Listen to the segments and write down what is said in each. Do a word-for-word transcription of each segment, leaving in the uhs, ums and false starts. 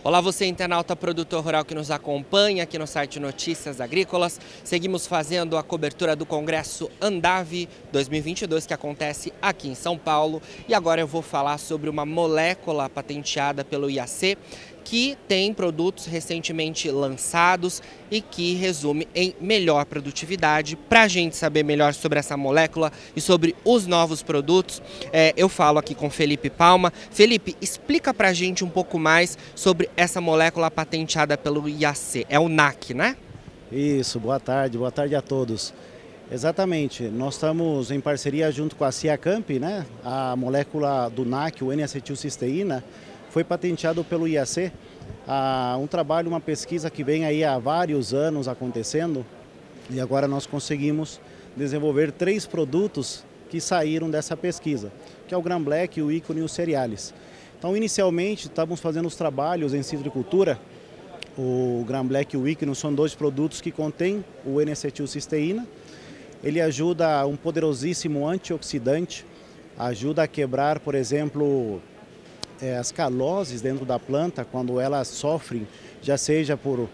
Olá, você internauta produtor rural que nos acompanha aqui no site Notícias Agrícolas. Seguimos fazendo a cobertura do Congresso Andavi dois mil e vinte e dois que acontece aqui em São Paulo. E agora eu vou falar sobre uma molécula patenteada pelo I A C que tem produtos recentemente lançados e que resume em melhor produtividade. Para a gente saber melhor sobre essa molécula e sobre os novos produtos, é, eu falo aqui com Felipe Palma. Felipe, explica para a gente um pouco mais sobre essa molécula patenteada pelo I A C. É o N A C, né? Isso, boa tarde, boa tarde a todos. Exatamente, nós estamos em parceria junto com a Ciacamp, né? A molécula do N A C, o N-acetilcisteína, foi patenteado pelo I A C, ah, um trabalho, uma pesquisa que vem aí há vários anos acontecendo e agora nós conseguimos desenvolver três produtos que saíram dessa pesquisa, que é o Gram Black, o Ícone e o Cerealis. Então, inicialmente, estávamos fazendo os trabalhos em citricultura. O Gram Black e o Ícone são dois produtos que contêm o N-acetilcisteína. Ele ajuda um poderosíssimo antioxidante, ajuda a quebrar, por exemplo, É, as caloses dentro da planta, quando elas sofrem, já seja por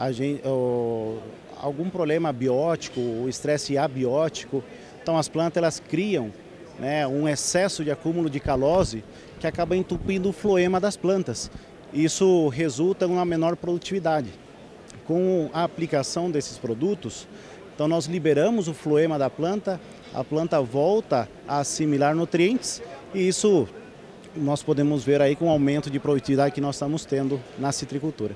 ou, algum problema biótico, o estresse abiótico. Então as plantas elas criam, né, um excesso de acúmulo de calose que acaba entupindo o floema das plantas. Isso resulta em uma menor produtividade. Com a aplicação desses produtos, então nós liberamos o floema da planta, a planta volta a assimilar nutrientes e isso nós podemos ver aí com o aumento de produtividade que nós estamos tendo na citricultura.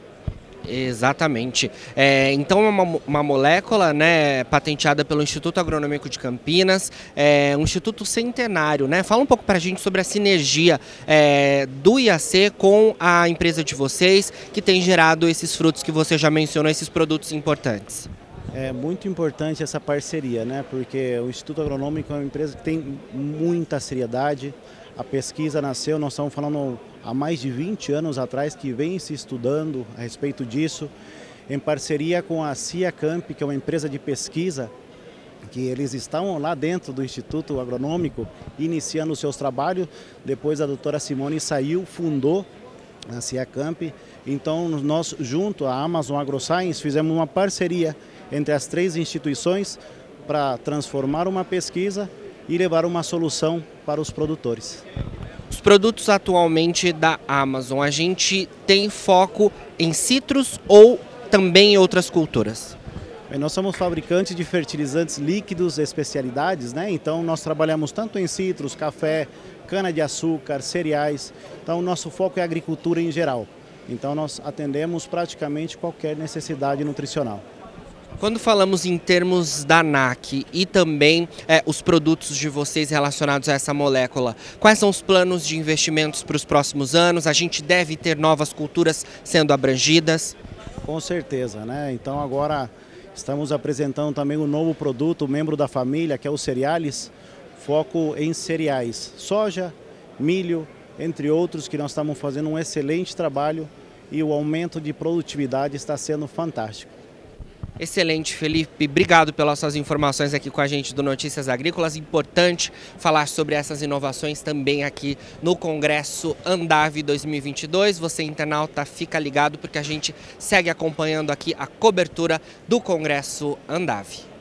Exatamente. É, então é uma, uma molécula, né, patenteada pelo Instituto Agronômico de Campinas, é um instituto centenário, né? Fala um pouco para a gente sobre a sinergia é, do I A C com a empresa de vocês, que tem gerado esses frutos que você já mencionou, esses produtos importantes. É muito importante essa parceria, né? Porque o Instituto Agronômico é uma empresa que tem muita seriedade. A pesquisa nasceu, nós estamos falando há mais de vinte anos atrás, que vem se estudando a respeito disso, em parceria com a Ciacamp, que é uma empresa de pesquisa, que eles estão lá dentro do Instituto Agronômico, iniciando os seus trabalhos. Depois a doutora Simone saiu, fundou a Ciacamp. Então nós, junto à Amazon AgroScience, fizemos uma parceria entre as três instituições para transformar uma pesquisa e levar uma solução para os produtores. Os produtos atualmente da Amazon, a gente tem foco em citros ou também em outras culturas? Bem, nós somos fabricantes de fertilizantes líquidos, especialidades, né? Então nós trabalhamos tanto em citros, café, cana-de-açúcar, cereais. Então o nosso foco é a agricultura em geral. Então nós atendemos praticamente qualquer necessidade nutricional. Quando falamos em termos da N A C e também é, os produtos de vocês relacionados a essa molécula, quais são os planos de investimentos para os próximos anos? A gente deve ter novas culturas sendo abrangidas? Com certeza, né? Então agora estamos apresentando também um novo produto, membro da família, que é o Cerealis, foco em cereais, soja, milho, entre outros, que nós estamos fazendo um excelente trabalho e o aumento de produtividade está sendo fantástico. Excelente, Felipe. Obrigado pelas suas informações aqui com a gente do Notícias Agrícolas. Importante falar sobre essas inovações também aqui no Congresso Andavi dois mil e vinte e dois. Você, internauta, fica ligado porque a gente segue acompanhando aqui a cobertura do Congresso Andavi.